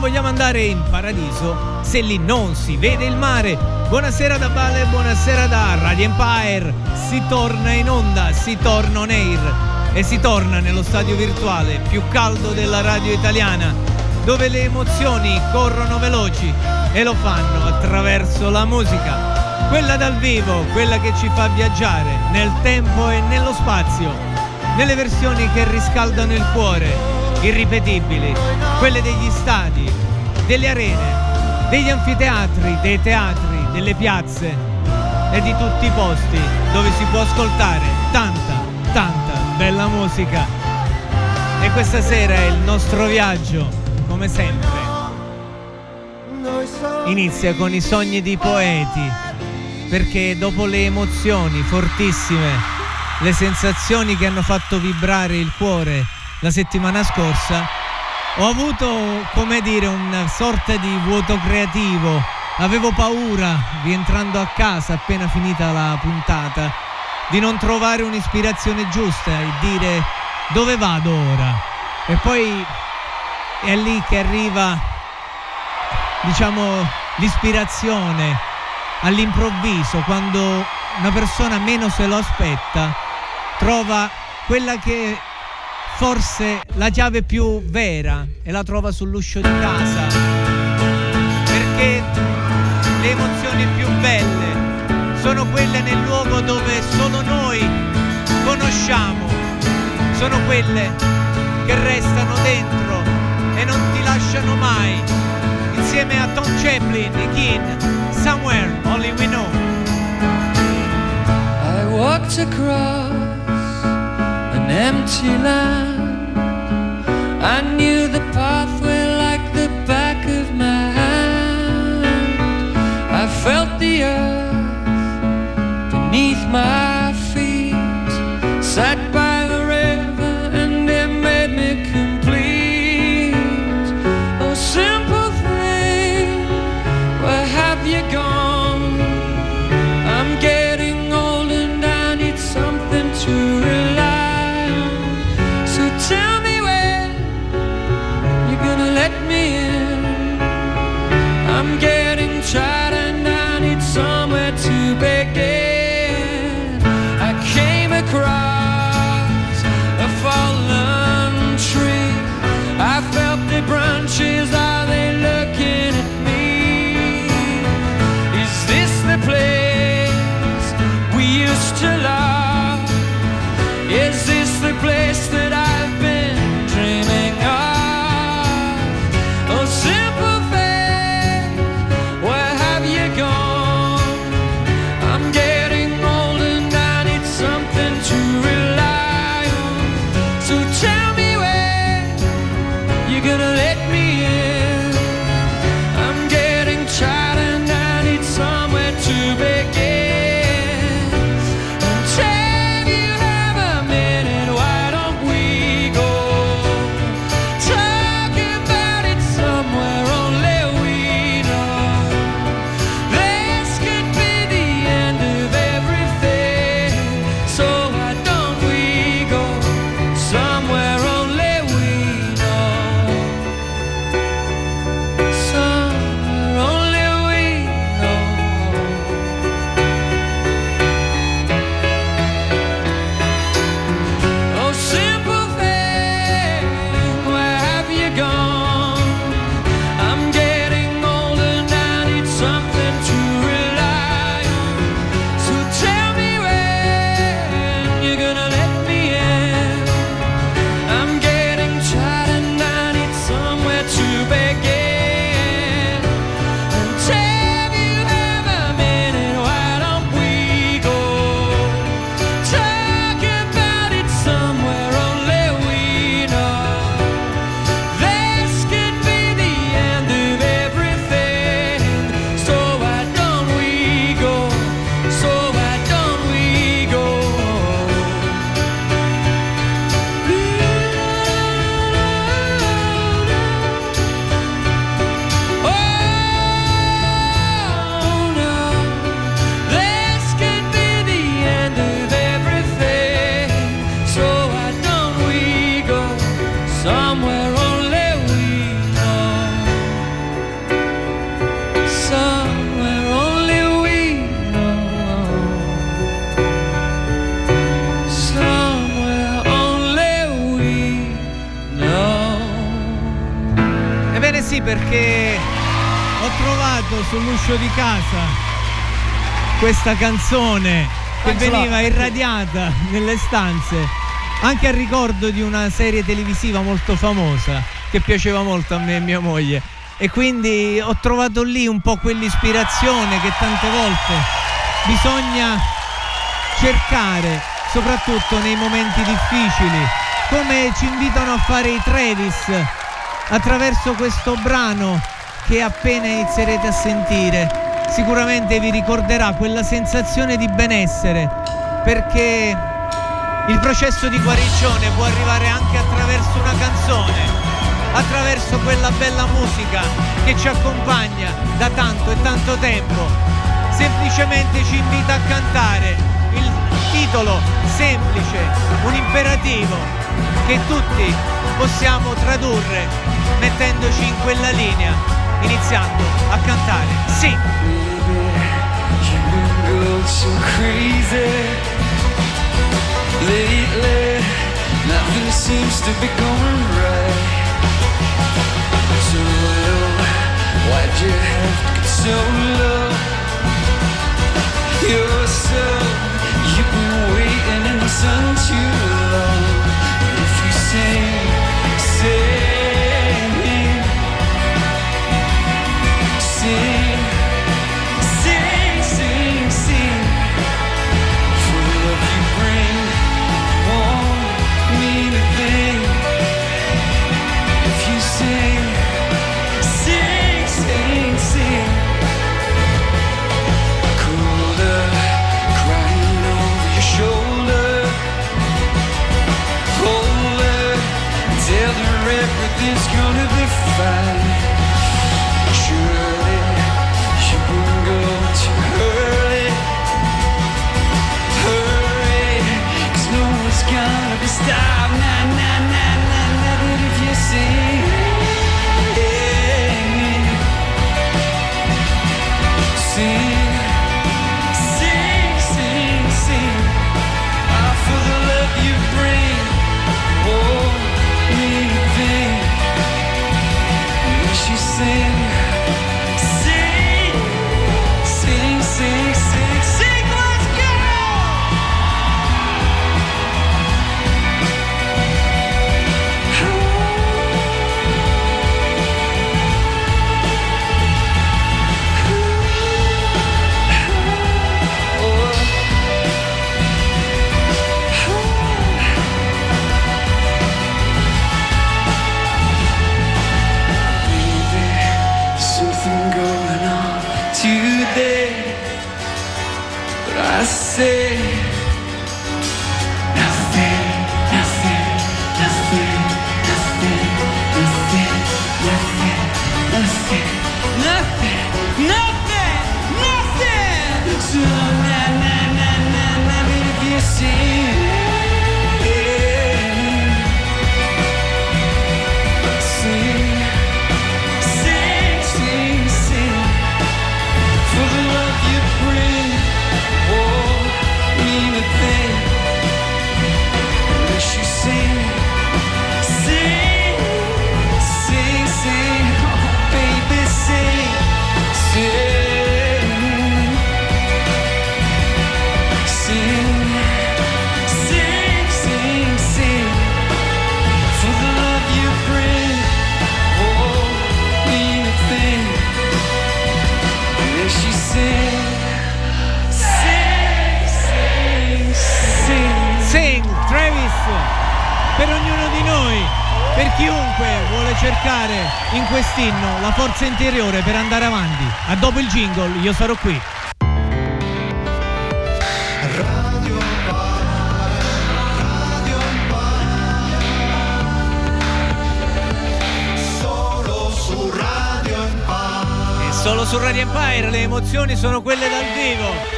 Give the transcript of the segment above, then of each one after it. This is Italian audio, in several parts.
vogliamo andare in paradiso se lì non si vede il mare. Buonasera da Vale, buonasera da Radio Empire. Si torna in onda, si torna on air e si torna nello stadio virtuale più caldo della radio italiana, dove le emozioni corrono veloci e lo fanno attraverso la musica, quella dal vivo, quella che ci fa viaggiare nel tempo e nello spazio, nelle versioni che riscaldano il cuore, irripetibili, quelle degli stadi, delle arene, degli anfiteatri, dei teatri, delle piazze e di tutti i posti dove si può ascoltare tanta bella musica. E questa sera il nostro viaggio, come sempre, inizia con i sogni di poeti, perché dopo le emozioni fortissime, le sensazioni che hanno fatto vibrare il cuore la settimana scorsa, ho avuto, come dire, una sorta di vuoto creativo. Avevo paura, rientrando a casa appena finita la puntata, di non trovare un'ispirazione giusta e dire dove vado ora. E poi è lì che arriva, diciamo, l'ispirazione all'improvviso, quando una persona meno se lo aspetta trova quella che forse la chiave più vera e la trova sull'uscio di casa, perché le emozioni più belle sono quelle nel luogo dove solo noi conosciamo, sono quelle che restano dentro e non ti lasciano mai, insieme a Tom Chaplin e King, Somewhere Only We Know. I walked across an empty land. I knew the pathway like the back of my hand. I felt the earth beneath my feet, sat by the river and it made me complete. Oh, simple thing, where have you gone? I'm getting old and I need something to rely on. So tell me when you're gonna let me in. I'm getting tired and I need somewhere to begin. I came across a fallen tree. I felt the branches, are they looking at me? Is this the place we used to love? Is this the place that I've been dreaming of? Oh, simple faith, where have you gone? I'm getting old and I need something to rely on. So tell me when you're gonna let me in. I'm getting tired and I need somewhere to begin. And if you have a minute, why don't we go talk about it somewhere only we know? This could be the end of everything, so why don't we go somewhere only we know? sì, perché ho trovato sull'uscio di casa questa canzone che veniva irradiata nelle stanze anche a ricordo di una serie televisiva molto famosa che piaceva molto a me e mia moglie, e quindi ho trovato lì un po' quell'ispirazione che tante volte bisogna cercare, soprattutto nei momenti difficili, come ci invitano a fare i Travis attraverso questo brano che appena inizierete a sentire sicuramente vi ricorderà quella sensazione di benessere, perché il processo di guarigione può arrivare anche attraverso una canzone, attraverso quella bella musica che ci accompagna da tanto e tanto tempo. Semplicemente ci invita a cantare il titolo semplice, un imperativo che tutti possiamo tradurre mettendoci in quella linea, iniziando a cantare. Sì! So crazy lately, nothing seems to be going right. So why'd you have to get so low? You've been waiting in the sun too long. If you sing for the love you bring, won't mean a thing. If you sing, colder, crying over your shoulder, colder, tell her everything's gonna be fine. Surely you can go too early, hurry, 'cause no one's gonna be stopped. Nah, nah, nah, nah, nah, but if you sing, sing, for the love you bring, won't mean a thing. She sing, let's go! I say nothing, nothing, nothing, nothing, nothing, nothing, nothing, nothing, nothing, nothing. So na na na na na, if you sing, sing, for the love you bring. Mean a thing. Unless you sing, oh baby, sing, for the love you bring. Oh, mean a thing. Unless you sing. Sing, Travis, per ognuno di noi, per chiunque vuole cercare in quest'inno la forza interiore per andare avanti. A dopo il jingle io sarò qui. Radio solo su Radio Empire. E solo su Radio Empire le emozioni sono quelle dal vivo.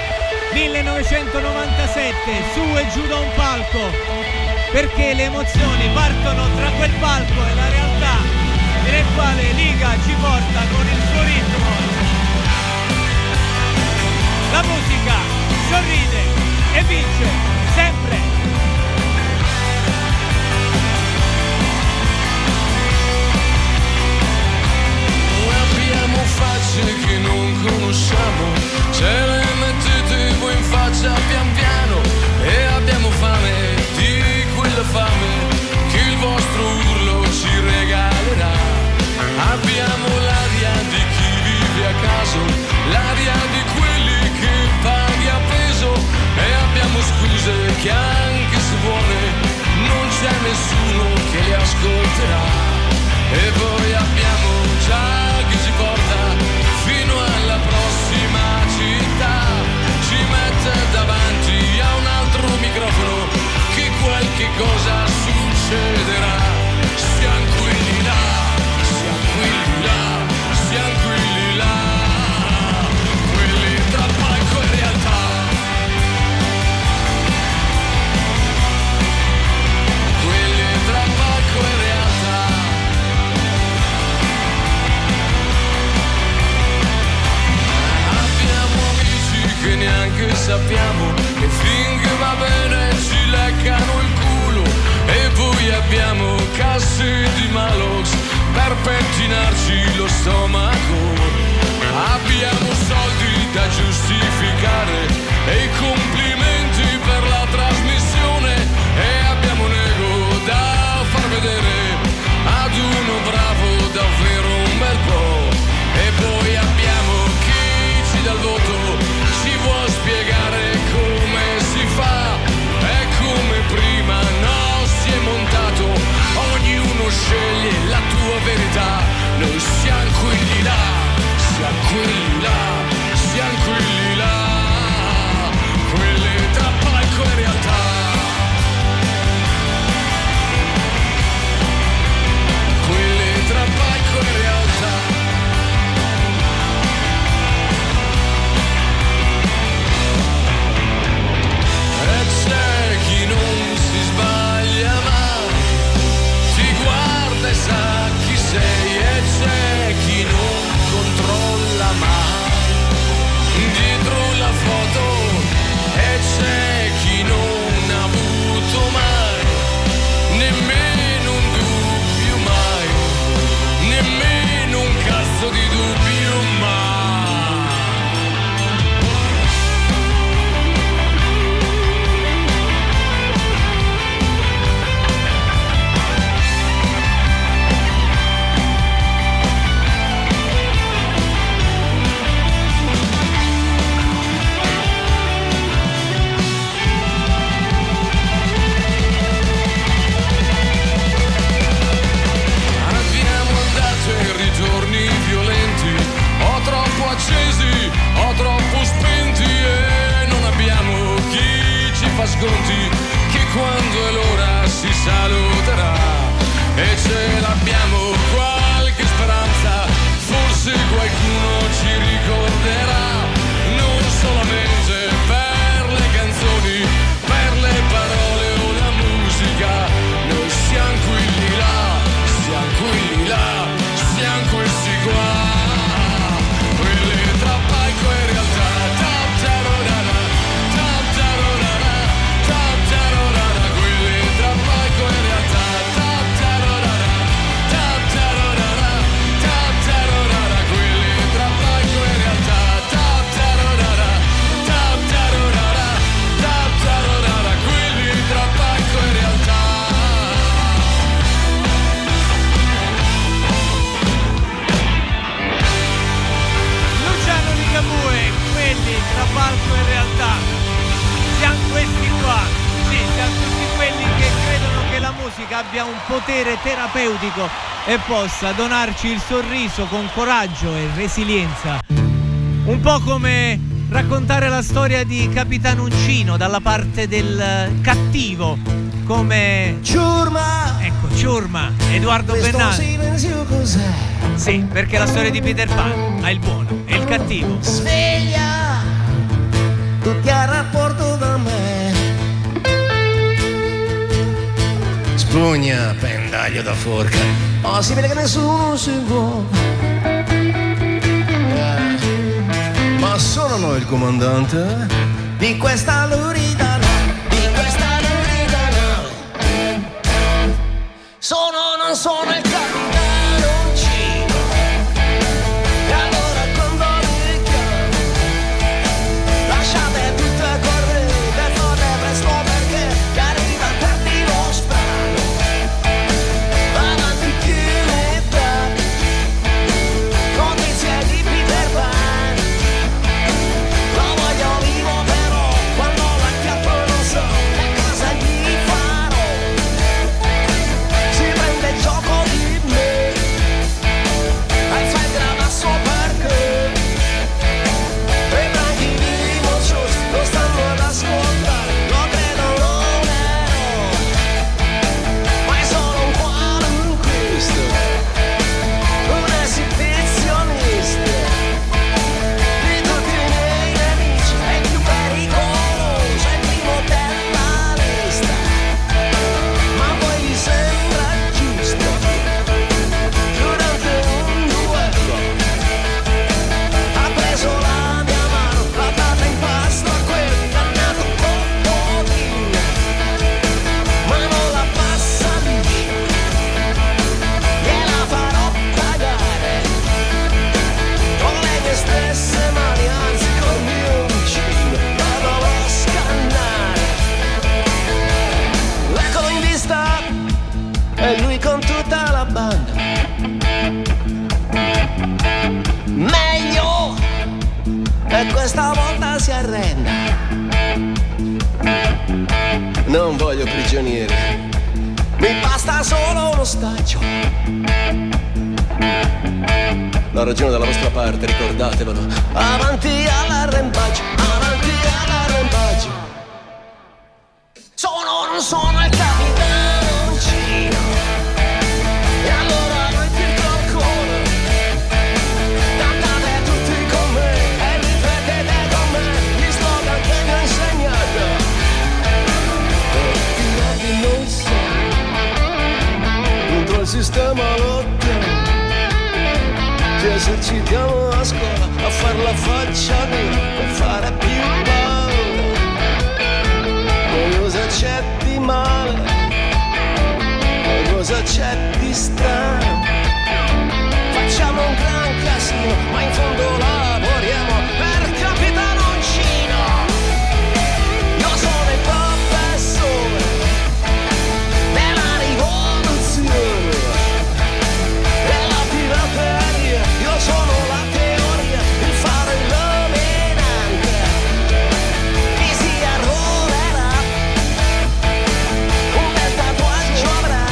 1997, su e giù da un palco, perché le emozioni partono tra quel palco e la realtà nel quale Liga ci porta con il suo ritmo. La musica sorride e vince sempre. Abbiamo l'aria di chi vive a caso, l'aria di quelli che paghi a peso, e abbiamo scuse che anche se buone non c'è nessuno che le ascolterà. E poi abbiamo già chi ci porta fino alla prossima città, ci mette davanti a un altro microfono che qualche cosa succederà. Siamo quelli là, siamo quelli là, siamo quelli là, quelli tra palco e realtà. Quelli tra palco e realtà. Abbiamo amici che neanche sappiamo, che finché va bene ci leccano il culo, e poi abbiamo casse di Malox per pettinarci lo stomaco. Abbiamo soldi da giustificare e i complimenti per la trasmissione, e abbiamo un ego da far vedere ad uno bravo davvero un bel po'. E poi abbiamo chi ci dà il voto, ci vuol spiegare come si fa, e come prima no, si è montato, ognuno sceglie la tua verità. Noi siamo quelli là, siamo quelli là, siamo quelli là, quelli tra palco e realtà. Quelli tra palco e realtà. E c'è chi non si sbaglia mai, ti guarda e sa chi sei, e c'è chi non controlla mai dietro la foto, e c'è chi non ha avuto mai nemmeno un dubbio, mai nemmeno un cazzo di dubbio mai. Abbiamo andato e ritorni violenti, o troppo accesi o troppo spenti, e non abbiamo chi ci fa sconti, che quando è l'ora si saluterà. E ce l'abbiamo qualche speranza, forse qualcuno ci ricorderà, non solamente per le canzoni, per le parole o la musica. Noi siamo quelli là, siamo quelli là, siamo questi qua, quelli tra palco e realtà. Tap tarorara, tap tarorara, tap tarorara, quelli tra palco e realtà. Tap tarorara, tap tarorara, tap tarorara, quelli tra palco e realtà. Tap tarorara, tap tarorara, tap tarorara, quelli tra palco e realtà. Luciano Ligabue, quelli tra palco e realtà. Siamo questi qua. Sì, siamo tutti quelli che credono che la musica abbia un potere terapeutico e possa donarci il sorriso con coraggio e resilienza. Un po' come raccontare la storia di Capitan Uncino dalla parte del cattivo, come Ciurma, ecco Ciurma, Edoardo questo Bernal. silenzio cos'è? Sì, perché la storia di Peter Pan ha il buono e il cattivo. Sveglia, tutti a rapporto da me. Spugna, pendaglio da forca. Oh, si vede che nessuno si può. Ma sono noi il comandante? Di questa lurida no, di questa lurida no. Non sono il capitanoncino. E allora quando mi chiamo, lasciate tutto correre, per forte presto perché ti arriva tardi lo strano. Avanti che mi dà, e questa volta si arrende. Non voglio prigionieri. Mi basta solo un ostaggio. La ragione dalla vostra parte, ricordatevelo. Avanti all'arrembaggio, avanti all'arrembaggio. Non sono il capitancino. E allora metti il qualcuno. Cantate tutti con me e ripetete con me gli slogan che mi ho insegnato. Tirati noi siamo contro il sistema lotta. Ci esercitiamo a scuola a far la faccia dura per fare più paura. Cosa c'è di male? Cosa c'è di strano? Facciamo un gran casino, ma in fondo lavoriamo per Capitanoncino. Io sono il professore della rivoluzione, della pirateria. Io sono la teoria, il faro illuminante. Chi si arruolerà un bel tatuaggio avrà,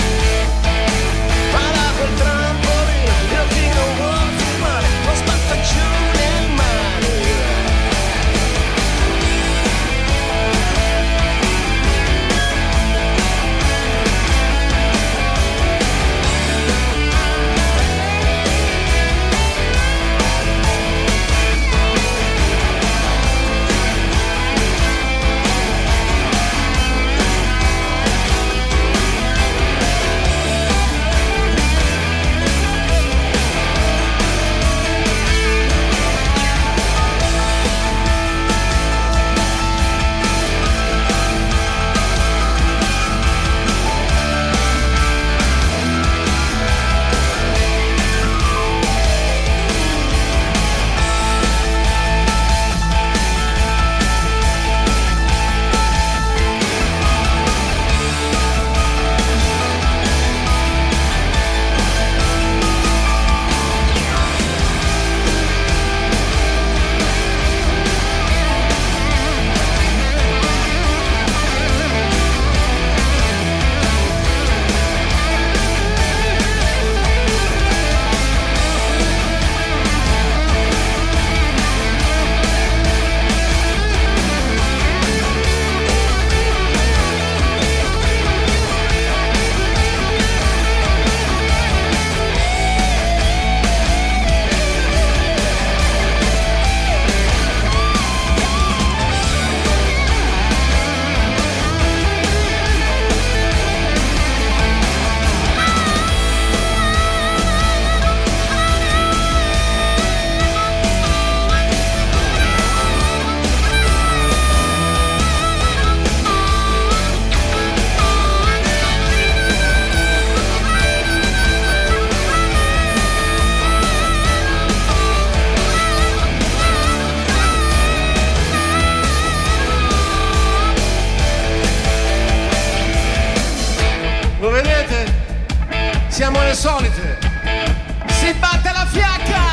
ma da quel trampolino io chi non vuol firmare lo spazza giù nel mare. Lo vedete? Siamo le solite. Si batte la fiacca!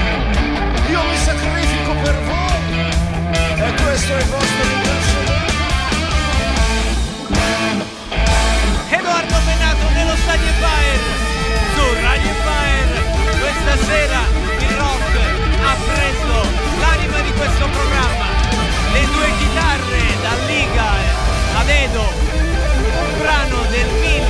Io mi sacrifico per voi. E questo è il vostro ringraziamento. Edoardo Bennato nello Stadio Empire su Radio Empire. Questa sera il rock ha preso l'anima di questo programma. Le due chitarre da Liga ad Edo, un brano del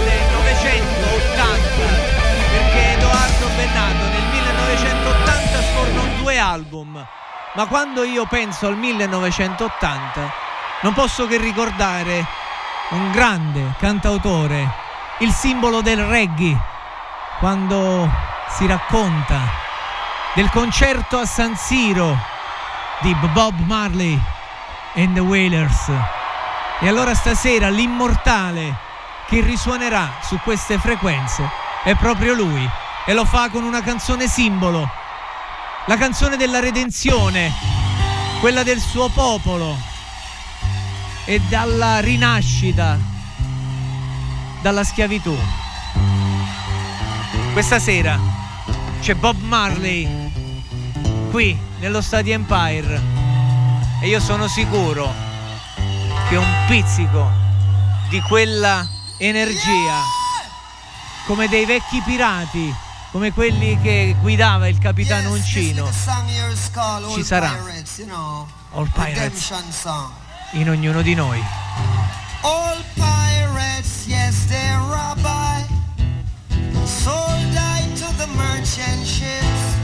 1980, perché Edoardo Bennato nel 1980 sfornò 2 album. Ma quando io penso al 1980 non posso che ricordare un grande cantautore, il simbolo del reggae, quando si racconta del concerto a San Siro di Bob Marley and the Wailers. E allora stasera l'immortale che risuonerà su queste frequenze è proprio lui, e lo fa con una canzone simbolo, la canzone della redenzione, quella del suo popolo e dalla rinascita dalla schiavitù. Questa sera c'è Bob Marley qui nello Stadio Empire e io sono sicuro che un pizzico di quella energia, come dei vecchi pirati, come quelli che guidava il capitano Uncino, ci sarà All Pirates in ognuno di noi. All pirates, yes, they rabbi, sold I to the merchant ships.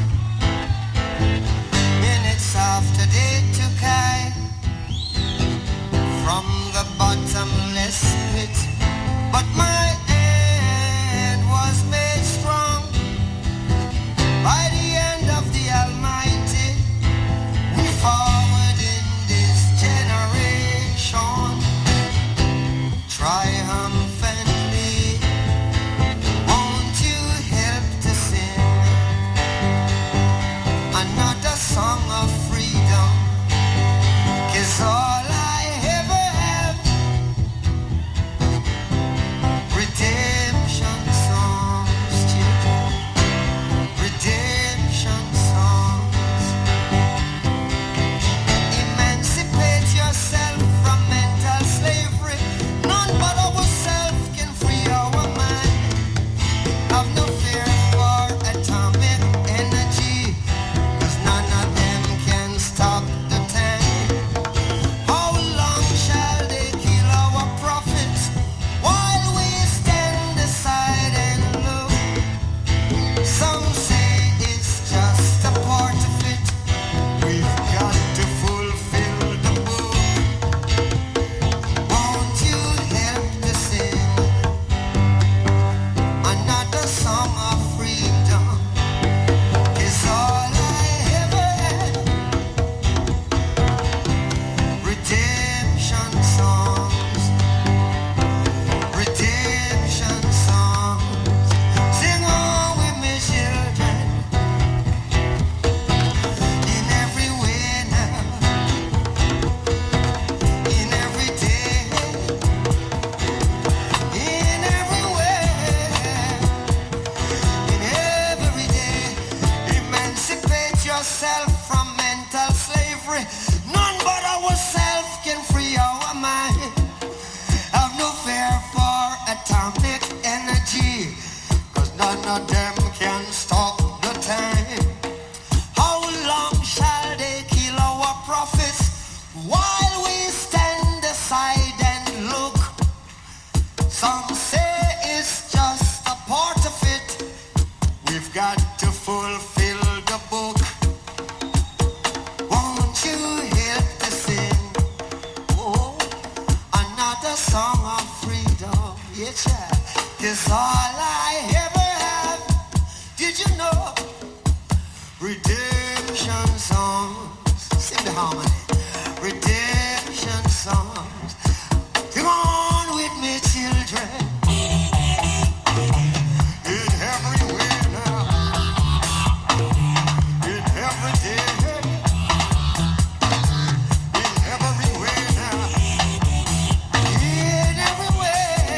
Minutes after they took I from the bottomless pit, but my hand was made strong by the hand of the Almighty. We forward in this generation triumphantly. Won't you help to sing another song of freedom? 'Cause all I ever have, redemption songs, children, redemption songs. Emancipate yourself from mental slavery. None but ourselves can free our mind. Have no fear for atomic energy, 'cause none of them can stop the time. How long shall they kill our prophets while we stand aside and look? Some say it's just a part of it. We've got to fulfill the book. Won't you help to sing another song of freedom? 'Cause all I ever had, redemption songs, redemption songs. Sing on with me, children, in every way now, in every day, in every way, in every day. Emancipate yourself from mental slavery. None but ourselves can free our mind. Have no fear for atomic energy, 'cause none of them can stop the time. How long shall they kill our prophets while we stand aside and look? Some say it's just a part of it. We've got to fulfill the book. Won't you help to sing another song of freedom? Yeah, child. 'Cause all I ever have, did you know? Redemption songs. Sing the harmony. Redemption songs. Come on with me, children. In every way now, in every day, in every way now, in every way.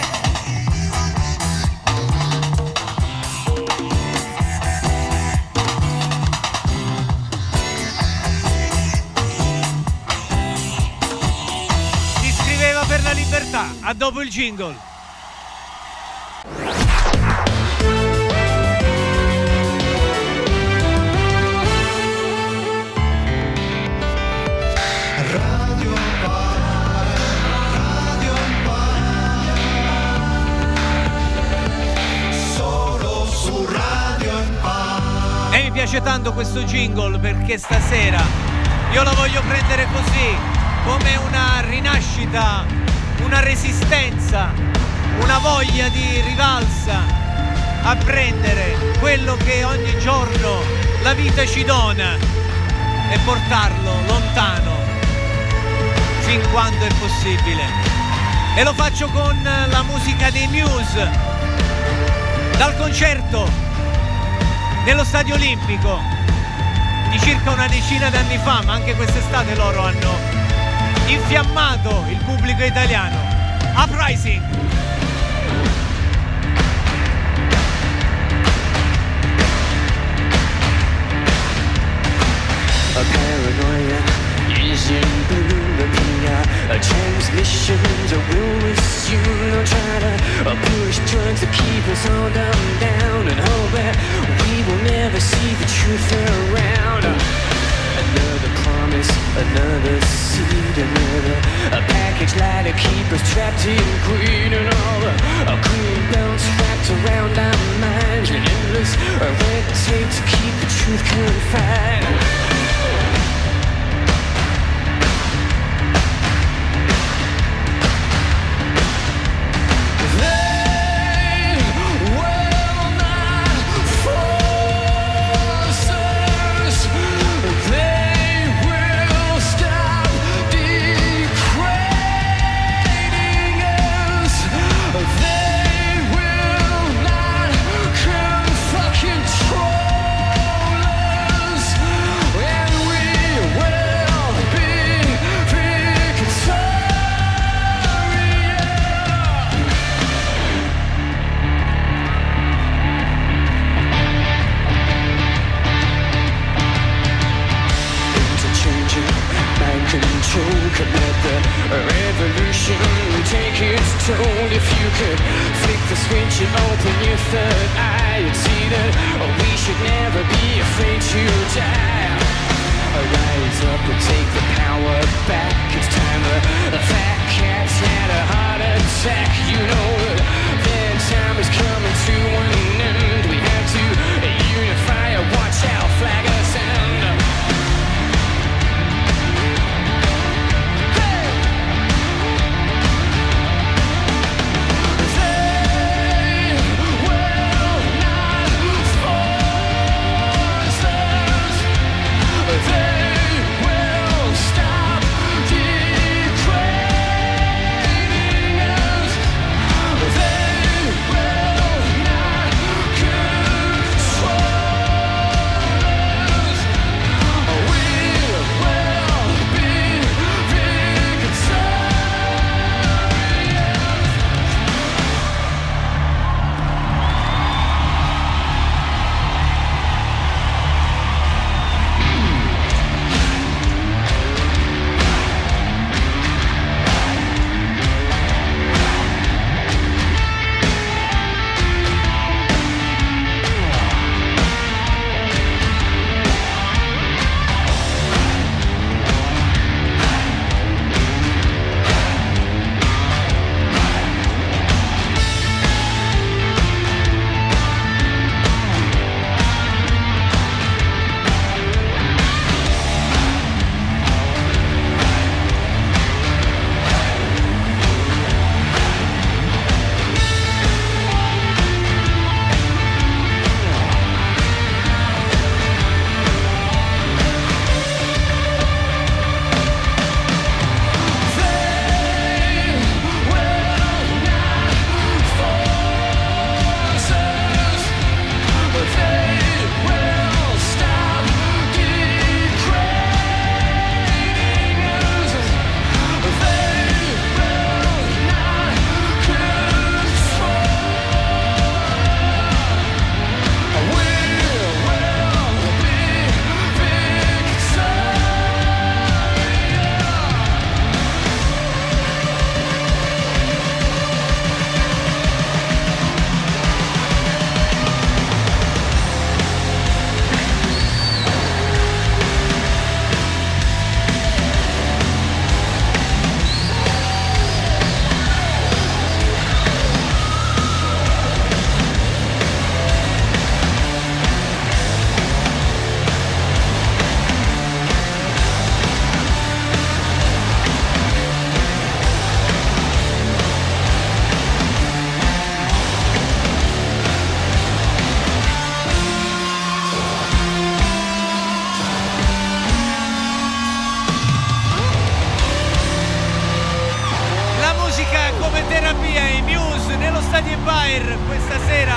Si scriveva per la libertà, a dopo il jingle. Radio Empire, solo su Radio Empire. E mi piace tanto questo jingle perché stasera io la voglio prendere così, come una rinascita, una resistenza, una voglia di rivalsa a prendere quello che ogni giorno la vita ci dona e portarlo lontano fin quando è possibile. E lo faccio con la musica dei Muse, dal concerto nello Stadio Olimpico di circa una decina d'anni fa, ma anche quest'estate loro hanno infiammato il pubblico italiano. Uprising. engine bloom repair transmissions will resume. They'll try to push drugs to keep us all dumbed down and hope that we will never see the truth around. Another promise, another seed, another package lie to keep us trapped in greed, and all the green belts wrapped around our minds, and endless red tape to keep the truth confined. Told if you could flick the switch and open your third eye, you'd see that we should never be afraid to die. Rise up and take the power back. It's time the fat cat's had a heart attack. You know that time is coming to an end. We have to unify, watch out, flag us end. Questa sera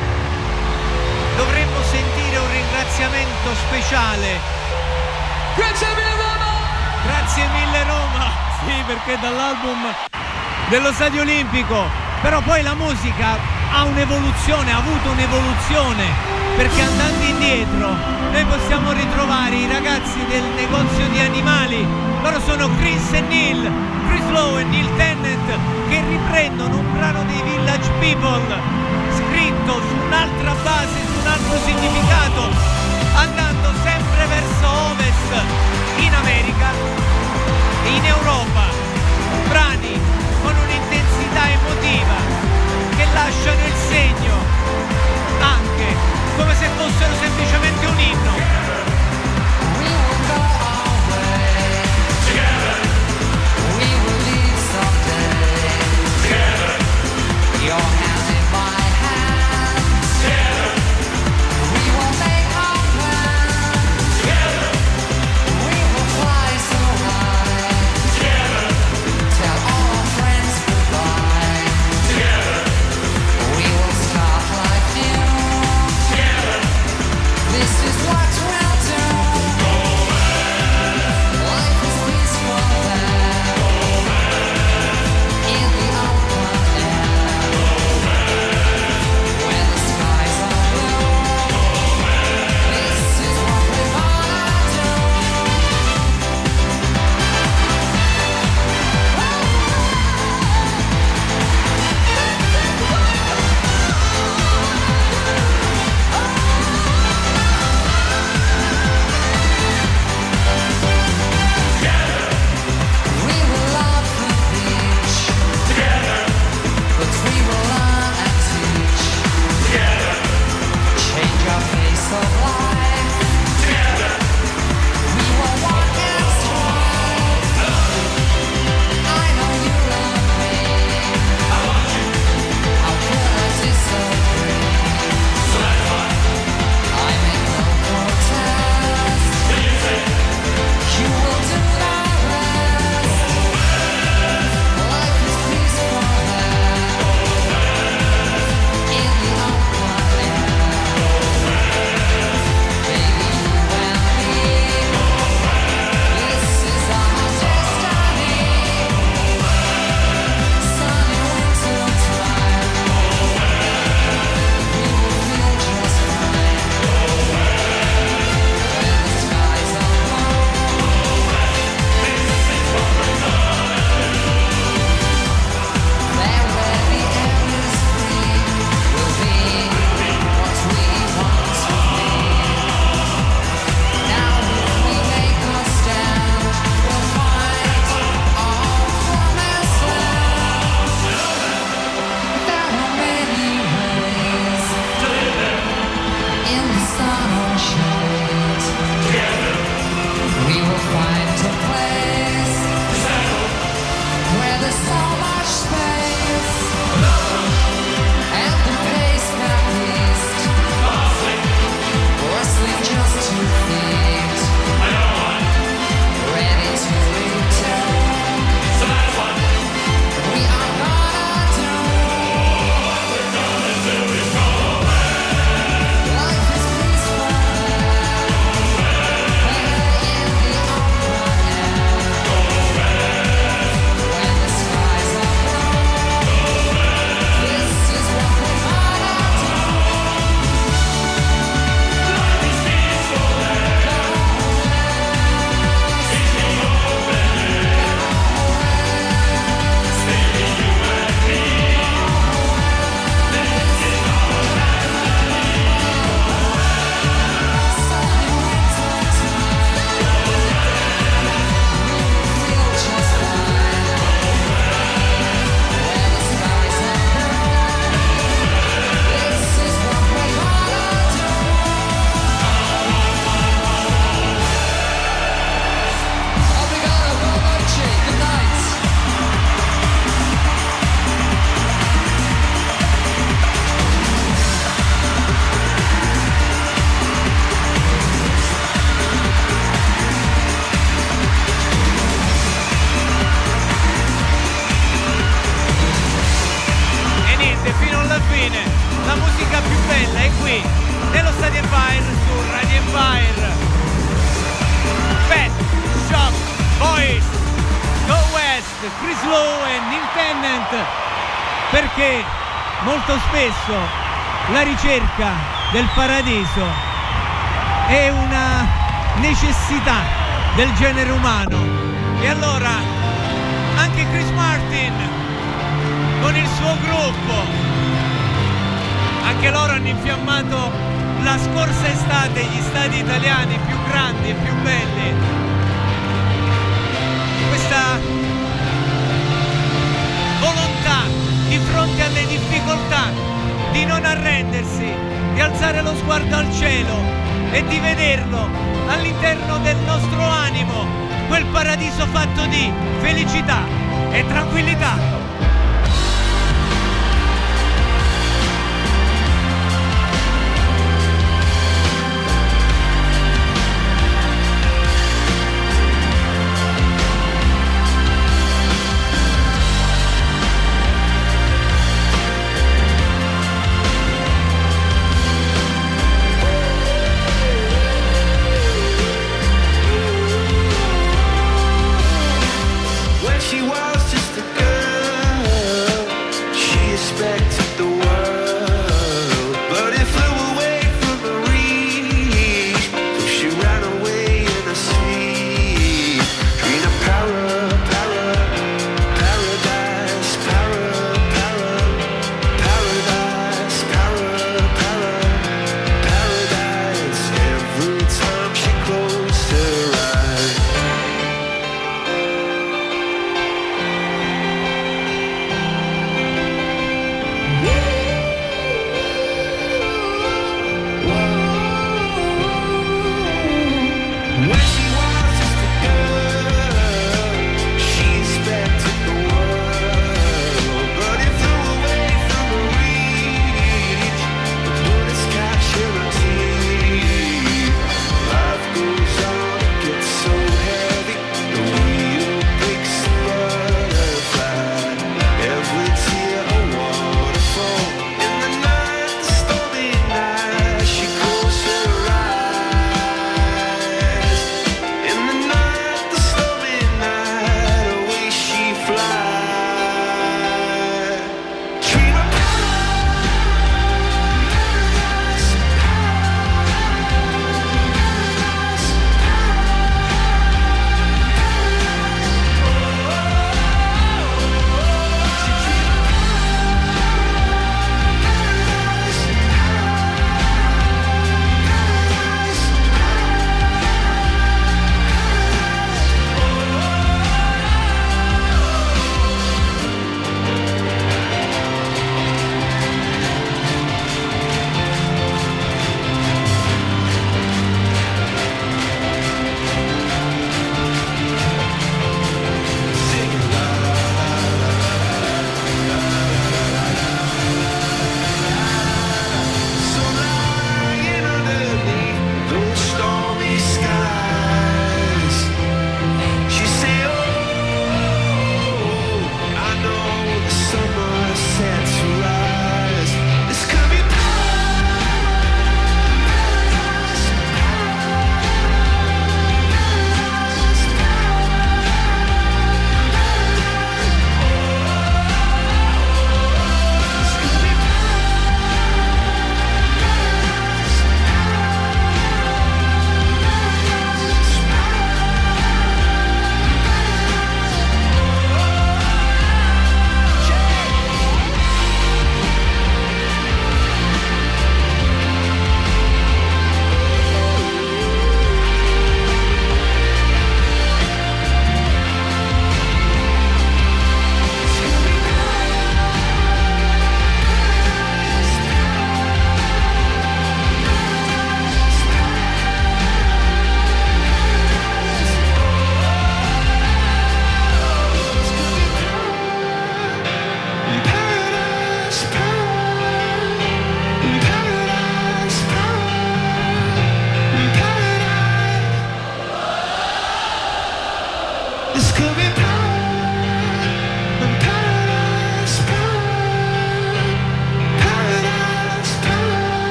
dovremmo sentire un ringraziamento speciale. Grazie mille Roma! Grazie mille Roma! Sì, perché dall'album dello Stadio Olimpico. Però poi la musica ha un'evoluzione, ha avuto un'evoluzione, perché andando indietro noi possiamo ritrovare i ragazzi del negozio di animali. Loro sono Chris e Neil, Chris Lowe e Neil Tennant, che riprendono un brano dei Village People scritto su un'altra base, su un altro significato, andando sempre verso ovest, in America e in Europa. Brani con un'intensità emotiva che lasciano il segno, anche come se fossero semplicemente un inno. molto spesso la ricerca del paradiso è una necessità del genere umano. E allora anche Chris Martin con il suo gruppo, anche loro hanno infiammato la scorsa estate gli stadi italiani più grandi e più belli. Questa volontà di fronte alle difficoltà di non arrendersi, di alzare lo sguardo al cielo e di vederlo all'interno del nostro animo, quel paradiso fatto di felicità e tranquillità. When she was just a girl,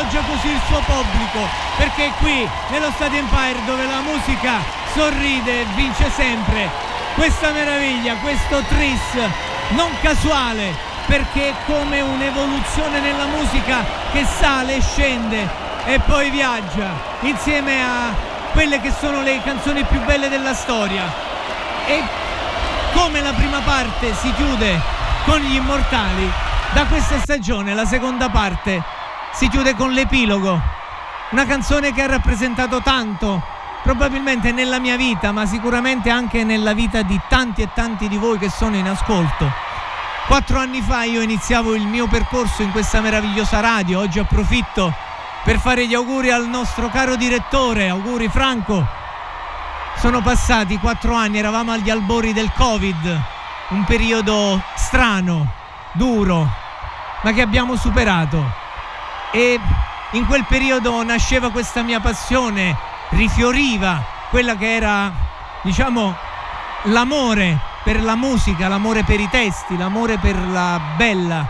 appoggia così il suo pubblico, perché qui nello Stadio Empire, dove la musica sorride e vince sempre, questa meraviglia, questo tris non casuale, perché è come un'evoluzione nella musica che sale e scende e poi viaggia insieme a quelle che sono le canzoni più belle della storia. E come la prima parte si chiude con gli Immortali, da questa stagione la seconda parte si chiude con l'Epilogo, una canzone che ha rappresentato tanto, probabilmente nella mia vita, ma sicuramente anche nella vita di tanti e tanti di voi che sono in ascolto. 4 anni fa io iniziavo il mio percorso in questa meravigliosa radio. Oggi approfitto per fare gli auguri al nostro caro direttore. Auguri Franco. Sono passati 4 anni, eravamo agli albori del Covid, un periodo strano, duro, ma che abbiamo superato. E in quel periodo nasceva questa mia passione, rifioriva quella che era, diciamo, l'amore per la musica, l'amore per i testi, l'amore per la bella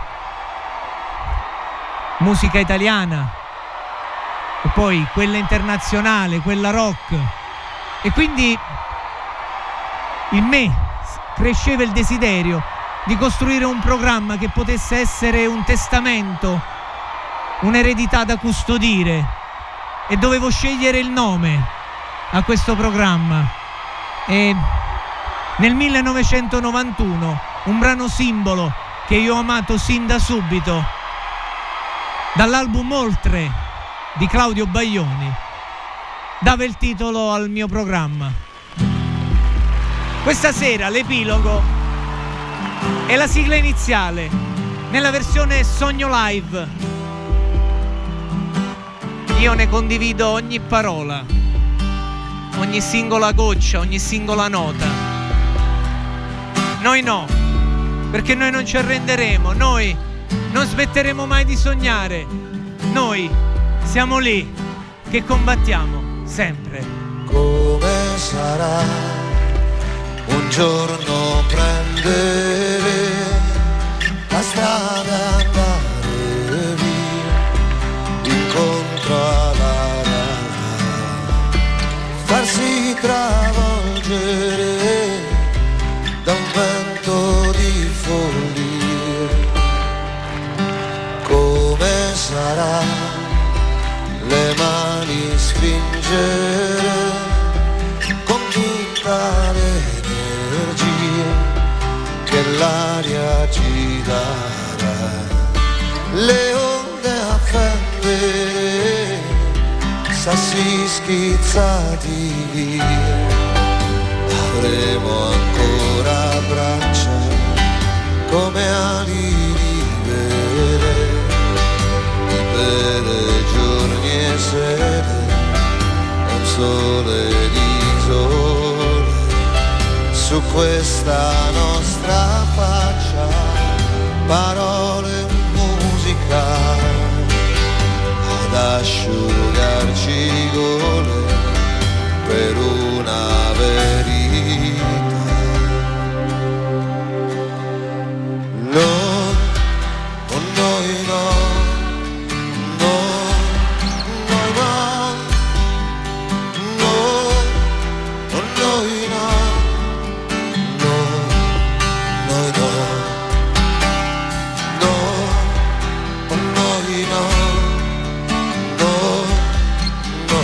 musica italiana e poi quella internazionale, quella rock. E quindi in me cresceva il desiderio di costruire un programma che potesse essere un testamento, un'eredità da custodire, e dovevo scegliere il nome a questo programma. E nel 1991 un brano simbolo che io ho amato sin da subito, dall'album Oltre di Claudio Baglioni, dava il titolo al mio programma. Questa sera l'Epilogo è la sigla iniziale nella versione Sogno Live. Io ne condivido ogni parola, ogni singola goccia, ogni singola nota. Noi no, perché noi non ci arrenderemo, noi non smetteremo mai di sognare, noi siamo lì che combattiamo sempre. Come sarà un giorno prendere la strada e andare via incontro alla realtà, farsi travolgere da un vento di follia. Come sarà le mani stringere con tutta l'energia che l'aria ci darà, le onde a fendere, sassi schizzati via. Avremo ancora braccia come ali di libere giorni e sere, un sole di sole su questa nostra faccia, parole, musica ad asciugarci i gole per una verità. No, oh noi no, no, noi no, no, oh noi no, no, noi no, no, oh noi no, no, no,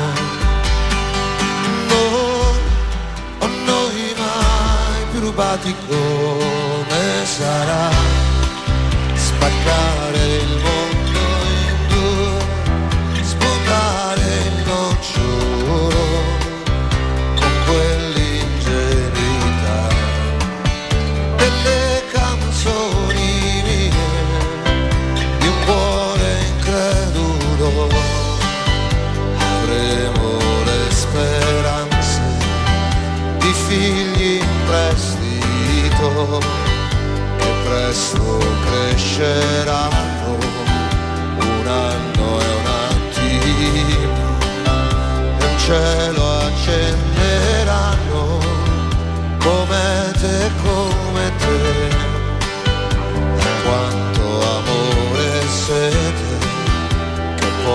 no, oh noi mai più rubati. Come sarà spaccare il mondo in due, sputare il nocciolo con quell'ingenuità delle canzoni mie, di un cuore incredulo. Avremo le speranze di figli in prestito che presto cresceranno, un anno e un attimo, e un cielo accenderanno come te, come te. E quanto amore e sete che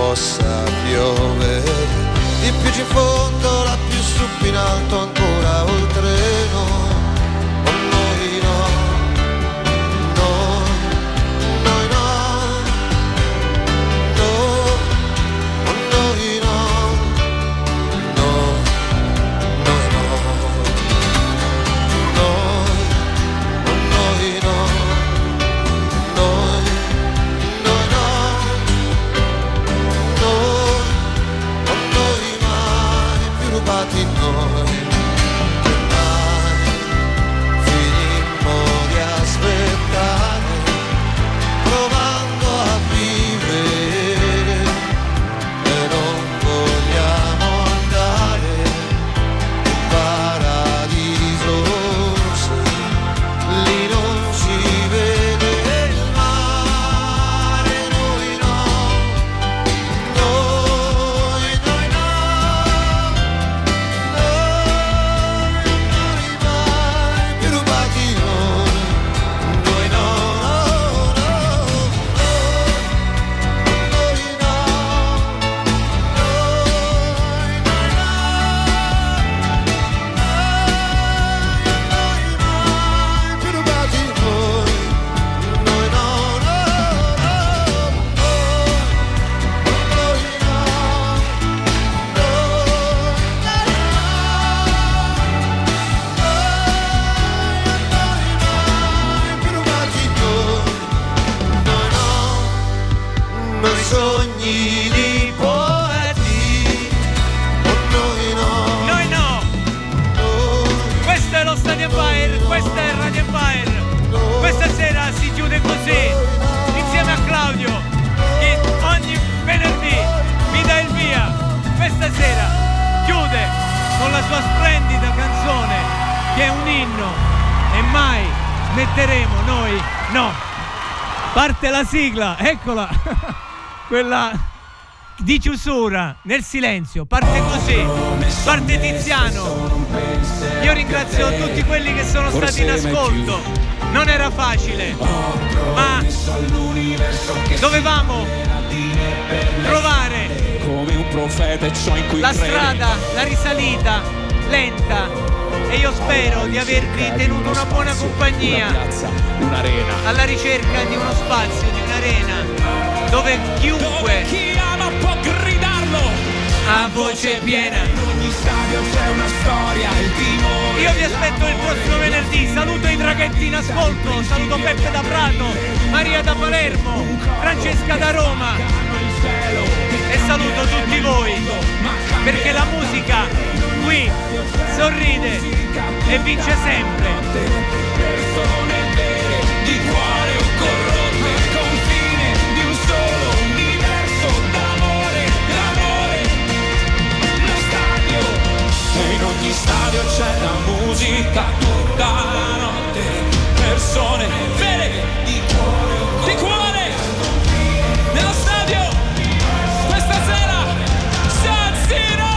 questa sera chiude con la sua splendida canzone che è un inno e mai smetteremo noi, no. Parte la sigla, eccola, quella di chiusura, nel silenzio, parte così, parte Tiziano. Io ringrazio tutti quelli che sono stati in ascolto, non era facile, ma dovevamo trovare come un profeta la strada, la risalita lenta, e io spero di avervi tenuto una buona compagnia alla ricerca di uno spazio, di un'arena dove chiunque, chi ama può gridarlo a voce piena. In ogni stadio c'è una storia, il timore. Io vi aspetto il prossimo venerdì. Saluto i draghetti in ascolto, saluto Peppe da Prato, Maria da Palermo, Francesca da Roma e saluto tutti voi, perché la musica qui sorride e vince sempre. Persone vere, di cuore o corrotte, confine di un solo universo d'amore, l'amore, lo stadio. E in ogni stadio c'è la musica tutta la notte. Persone vere, di cuore, nello stadio, questa sera, San Siro.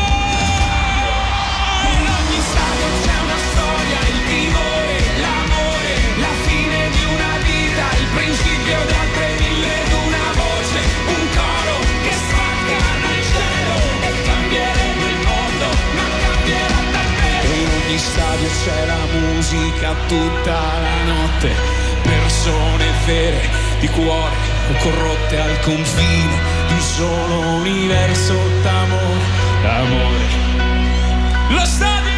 In ogni stadio c'è una storia, il timore, l'amore, la fine di una vita, il principio di altre mille, una voce, un coro che spacca nel cielo e cambieremo il mondo, ma cambierà davvero. E in ogni stadio c'è la musica tutta la notte. Persone vere, di cuore o corrotte al confine di un solo universo d'amore, d'amore. Lo stadio